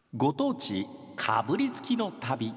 ご当地かぶりつきの旅。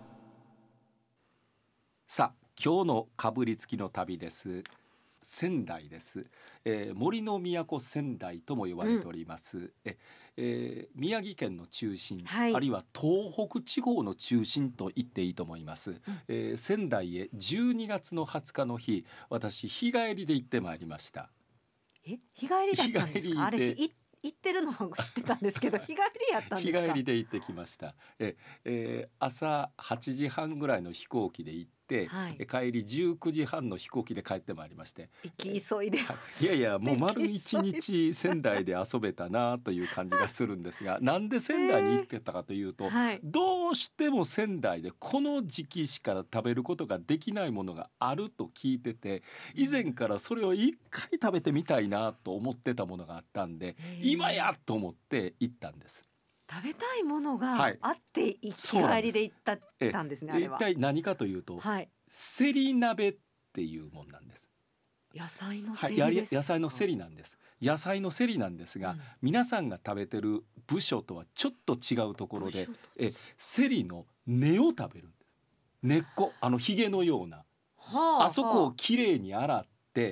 さあ、今日のかぶりつきの旅です。仙台です。森の都仙台とも呼ばれております。宮城県の中心、 はい、 あるいは東北地方の中心と言っていいと思います。仙台へ12月の20日の日、私日帰りで行ってまいりました。 日帰りだったんですか？あれ日帰りで行ってるのは知ってたんですけど日帰りやったん日ですか？ 帰りで行ってきました。朝8時半ぐらいの飛行機で行って、 はい、 帰り19時半の飛行機で帰ってまいりまして、 行き急いでまはす。 いいやもう丸一行き急い日仙台で遊べたなという感じがするんですが、なんで仙台に行ってたかというと、 はい、 どうしても仙台でこの時期しか食べることができないものがあると聞いてて、以前からそれを一回食べてみたいなと思ってたものがあったんで、今やと思って行ったんです。 食べたいものはい、 があって日そうなんです。 帰りで行ったんですね。あれ一は体何かというと、 はい、 せり鍋っていうもんなんです。 野菜のはい、 せりですか？ 野菜のせりなんです。野菜のせりなんですが、皆さんが食べてる部署とはちょっと違うところで、せりの根を食べるんです。根っこ、ひげのような、あそこをきれいに洗って、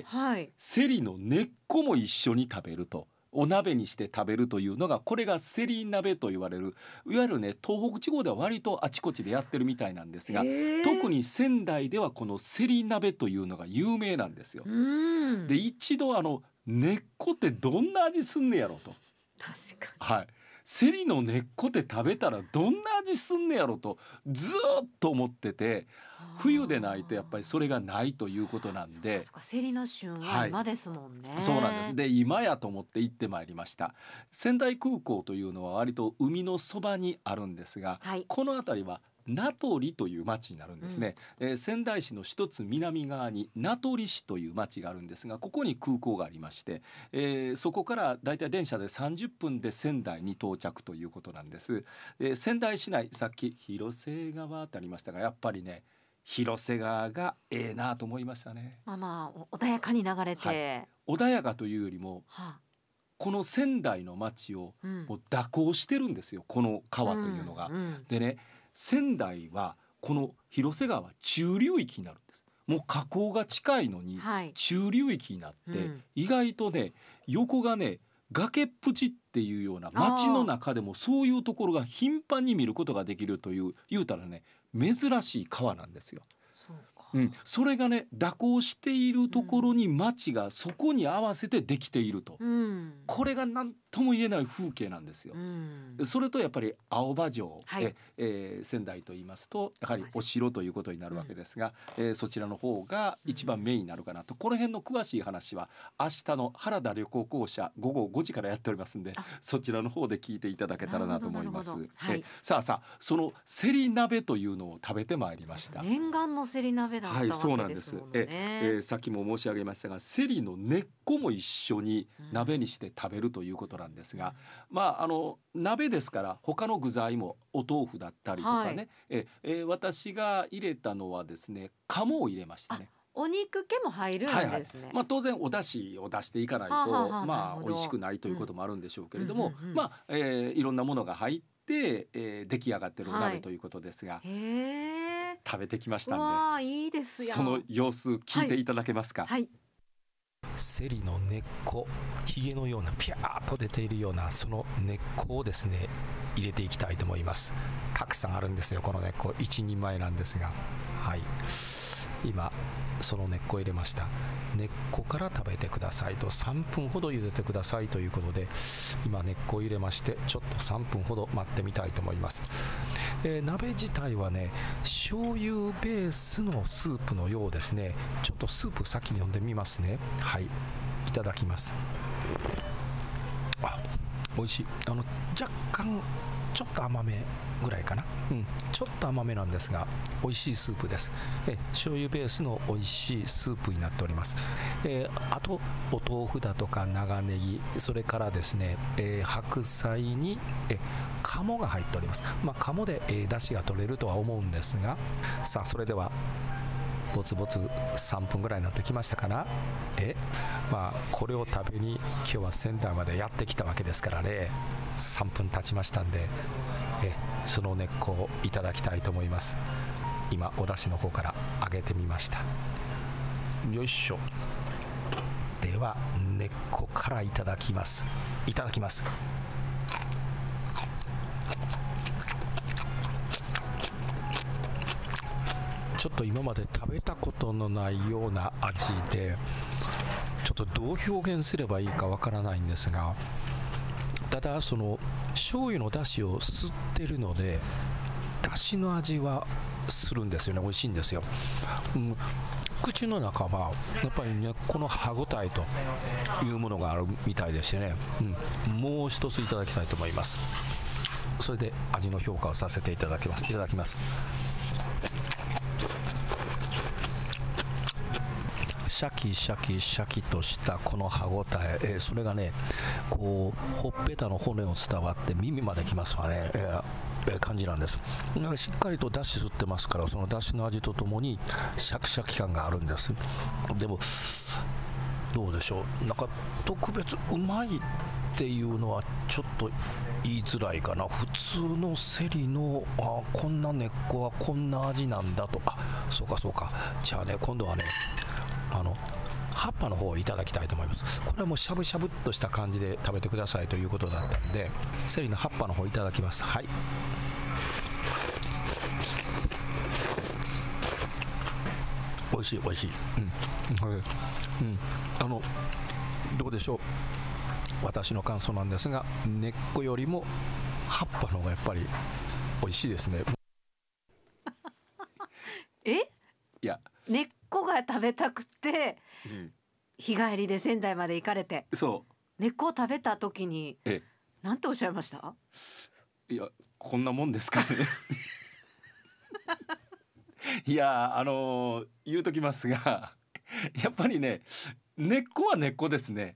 はい、 せりの根っこも一緒に食べると、お鍋にして食べるというのが、これがせり鍋と言われる、いわゆるね、東北地方では割とあちこちでやってるみたいなんですが、特に仙台ではこのせり鍋というのが有名なんですよ。で、一度根っこってどんな味すんねやろと、 確かはい、セリの根っこって食べたらどんな味すんねやろとずっと思ってて、冬でないとやっぱりそれがないということなんで、 そうか、セリの旬は今ですもんね。 そうなんです。で、今やと思って行ってまいりました。仙台空港というのは割と海のそばにあるんですが、 はい、 この辺りは名取という町になるんですね。仙台市の一つ南側に名取市という町があるんですが、ここに空港がありまして、そこからだいたい電車で30分で仙台に到着ということなんです。仙台市内、さっき広瀬川ってありましたが、やっぱりね、広瀬川がええなと思いましたね。 まあ穏やかに流れて、 はい、穏やかというよりも、この仙台の町をもう蛇行してるんですよ、この川というのが。でね、仙台はこの広瀬川中流域になるんです。もう河口が近いのに中流域になって、意外とね、横がね、崖っぷちっていうような町の中でもそういうところが頻繁に見ることができるという、言うたらね、珍しい川なんですよ。それがね、蛇行しているところに町がそこに合わせてできていると、これが何とも言えない風景なんですよ。それとやっぱり青葉城、仙台と言いますとやはりお城ということになるわけですが、そちらの方が一番メインになるかなと。この辺の詳しい話は明日の原田旅行公社午後5時からやっておりますんで、そちらの方で聞いていただけたらなと思います。さあそのせり鍋というのを食べてまいりました。 念願のせり鍋だったわけですもんね。 そうなんです。さっきも申し上げましたが、せりの根っこも一緒に鍋にして食べるということなんですが、鍋ですから他の具材もお豆腐だったりとかね、私が入れたのはですね、鴨を入れましたね。 お肉気も入るんですね。 当然お出汁を出していかないと美味しくないということもあるんでしょうけれども、いろんなものが入って、出来上がってるお鍋ということですが、食べてきましたんで、 いいですよ。 その様子聞いていただけますか？ セリの根っこ、ひげのようなピャーっと出ているようなその根っこをですね、入れていきたいと思います。たくさんあるんですよ、この根っこ。一人前なんですが、今その根っこを入れました。根っこから食べてくださいと、3分ほど茹でてくださいということで、今根っこを入れまして、ちょっと3分ほど待ってみたいと思います。鍋自体はね、醤油ベースのスープのようですね。ちょっとスープ先に飲んでみますね。いただきます。美味しい。若干ちょっと甘めぐらいかな、ちょっと甘めなんですが美味しいスープです。醤油ベースの美味しいスープになっております。あとお豆腐だとか長ネギ、それからですね、白菜に鴨が入っております。鴨で出汁が取れるとは思うんですが、さあそれではぼつぼつ3分ぐらいになってきましたかな。これを食べに今日は仙台までやってきたわけですからね。3分経ちましたんで、 その根っこをいただきたいと思います。今お出汁の方から揚げてみました。よいしょ。では根っこからいただきます。いただきます。ちょっと今まで食べたことのないような味で、ちょっとどう表現すればいいかわからないんですが、ただその醤油の出汁を吸ってるので出汁の味はするんですよね。美味しいんですよ。口の中はやっぱり根っこの歯ごたえというものがあるみたいでしてね、もう一ついただきたいと思います。それで味の評価をさせていただきます。いただきます。シャキシャキシャキとしたこの歯ごたえ、それがねこうほっぺたの骨を伝わって耳まできますわね、感じなんです。なんかしっかりと出汁吸ってますから、その出汁の味とともにシャキシャキ感があるんです。でもどうでしょう、なんか特別うまいっていうのはちょっと言いづらいかな。普通のセリのこんな根っこはこんな味なんだと。そうかそうか。じゃあね、今度はね葉っぱの方をいただきたいと思います。これはもうしゃぶしゃぶっとした感じで食べてくださいということだったんで、セリの葉っぱの方いただきます。はい、美味しい美味しい。どうでしょう、私の感想なんですが、根っこよりも葉っぱの方がやっぱり美味しいですね。 いや、 根っこが食べたくて、日帰りで仙台まで行かれて、根っこを食べた時に何ておっしゃいました？ いや、こんなもんですかね。いや、言うときますが、やっぱりね、根っこは根っこですね。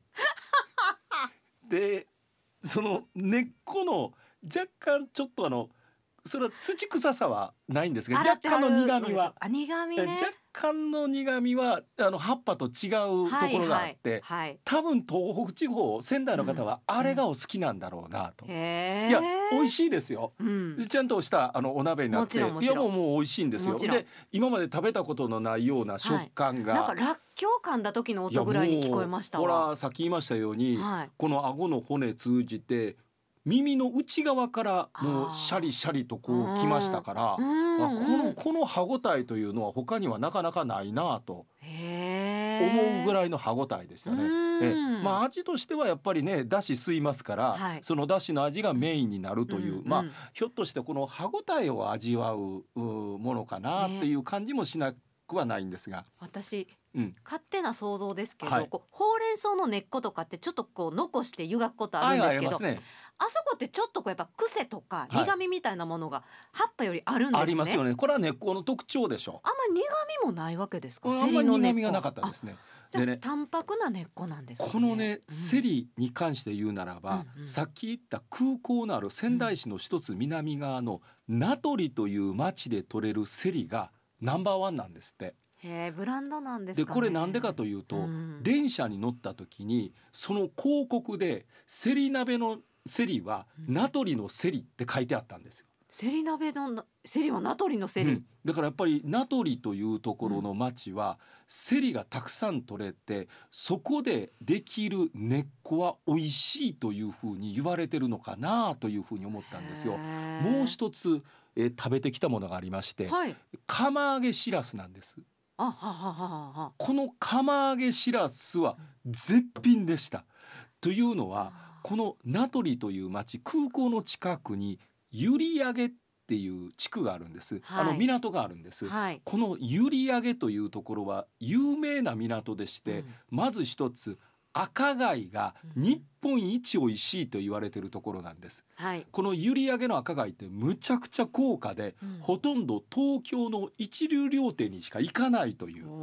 で、その根っこの若干ちょっとそれは土臭さはないんですが、若干の苦味は、 苦味ね、 若干の苦味は葉っぱと違うところがあって、多分東北地方仙台の方はあれがお好きなんだろうなと。いや、美味しいですよ、ちゃんとしたお鍋になって、いやもう美味しいんですよ。で、今まで食べたことのないような食感が、 なんからっきょう噛んだ時の音ぐらいに聞こえましたわ。 ほら、さっき言いましたように、この顎の骨通じて耳の内側からもうシャリシャリとこうきましたから、この歯ごたえというのは他にはなかなかないなと思うぐらいの歯ごたえでしたね。味としてはやっぱりね、だし吸いますから、そのだしの味がメインになるという、ひょっとしてこの歯ごたえを味わうものかなっていう感じもしなくはないんですが、 私勝手な想像ですけど、ほうれん草の根っことかってちょっとこう残して湯がくことあるんですけど、あそこってちょっとこうやっぱ癖とか苦味みたいなものが葉っぱよりあるんですね。 ありますよね。これは根っこの特徴でしょ。 あんまり苦味もないわけですか？ あんまり苦味がなかったですね。 じゃあ淡白な根っこなんですね。 このね、セリに関して言うならば、さっき言った空港のある仙台市の一つ南側の名取という町で採れるセリがナンバーワンなんですって。 ブランドなんですかね。 で、これなんでかというと、電車に乗った時にその広告でセリ鍋のセリは名取のセリって書いてあったんですよ。 セリ鍋のセリは名取のセリ、 だからやっぱり名取というところの町はセリがたくさん取れて、そこでできる根っこは美味しいというふうに言われてるのかなというふうに思ったんですよ。もう一つ、食べてきたものがありまして、釜揚げしらすなんです。この釜揚げしらすは絶品でした。というのは、この名取という町、空港の近くに閖上っていう地区があるんです。港があるんです。この閖上というところは有名な港でして、まず一つ赤貝が日本一美味しいと言われているところなんです。この閖上の赤貝ってむちゃくちゃ高価で、ほとんど東京の一流料亭にしか行かないという、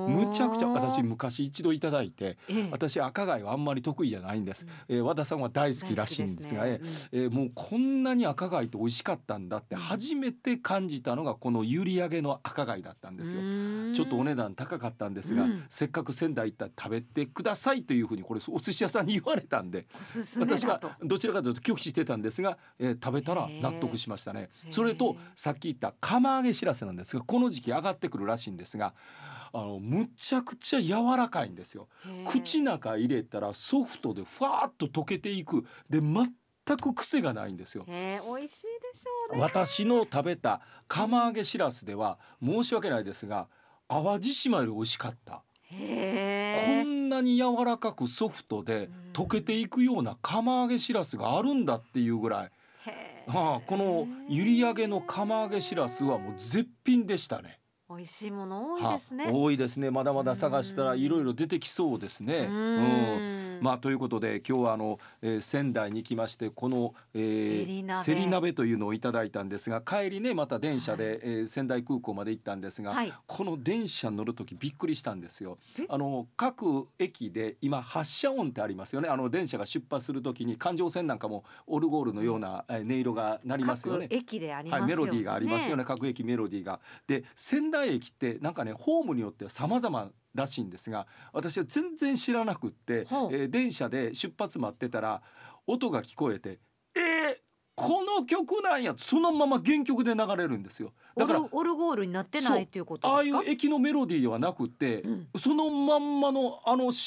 むちゃくちゃ私昔一度いただいて、私赤貝はあんまり得意じゃないんです、和田さんは大好きらしいんですが、もうこんなに赤貝って美味しかったんだって初めて感じたのがこの閖上の赤貝だったんですよ。ちょっとお値段高かったんですが、せっかく仙台行ったら食べてくださいというふうにこれお寿司屋さんに言われたんで、私はどちらかというと拒否してたんですが、食べたら納得しましたね。それとさっき言った釜揚げしらすなんですが、この時期上がってくるらしいんですが、むちゃくちゃ柔らかいんですよ。口の中入れたらソフトでふわっと溶けていくで、全く癖がないんですよ。 美味しいでしょうね。 私の食べた釜揚げしらすでは申し訳ないですが淡路島より美味しかった。こんなに柔らかくソフトで溶けていくような釜揚げしらすがあるんだっていうぐらい、この閖上の釜揚げしらすはもう絶品でしたね。 美味しいもの多いですね。 多いですね。まだまだ探したらいろいろ出てきそうですね。ということで今日は仙台に来ましてこの、せり鍋というのをいただいたんですが、帰りねまた電車で、仙台空港まで行ったんですが、この電車乗るときびっくりしたんですよ。各駅で今発車音ってありますよね。電車が出発するときに環状線なんかもオルゴールのような音色が鳴りますよね。 各駅でありますよね。 メロディーがありますよね。各駅メロディーが。で仙台駅ってなんかねホームによっては様々らしいんですが、私は全然知らなくって、電車で出発待ってたら音が聞こえて、この曲なんや、そのまま原曲で流れるんですよ。だからオルゴールになってないっていうことですか？ ああいう駅のメロディーではなくて、そのまんまの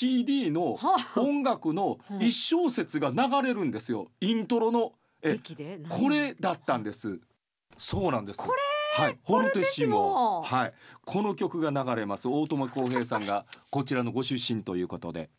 CD の音楽の一小節が流れるんですよ。イントロの駅でこれだったんです。そうなんです。これホルテシモ、この曲が流れます。大友康平さんがこちらのご出身ということで。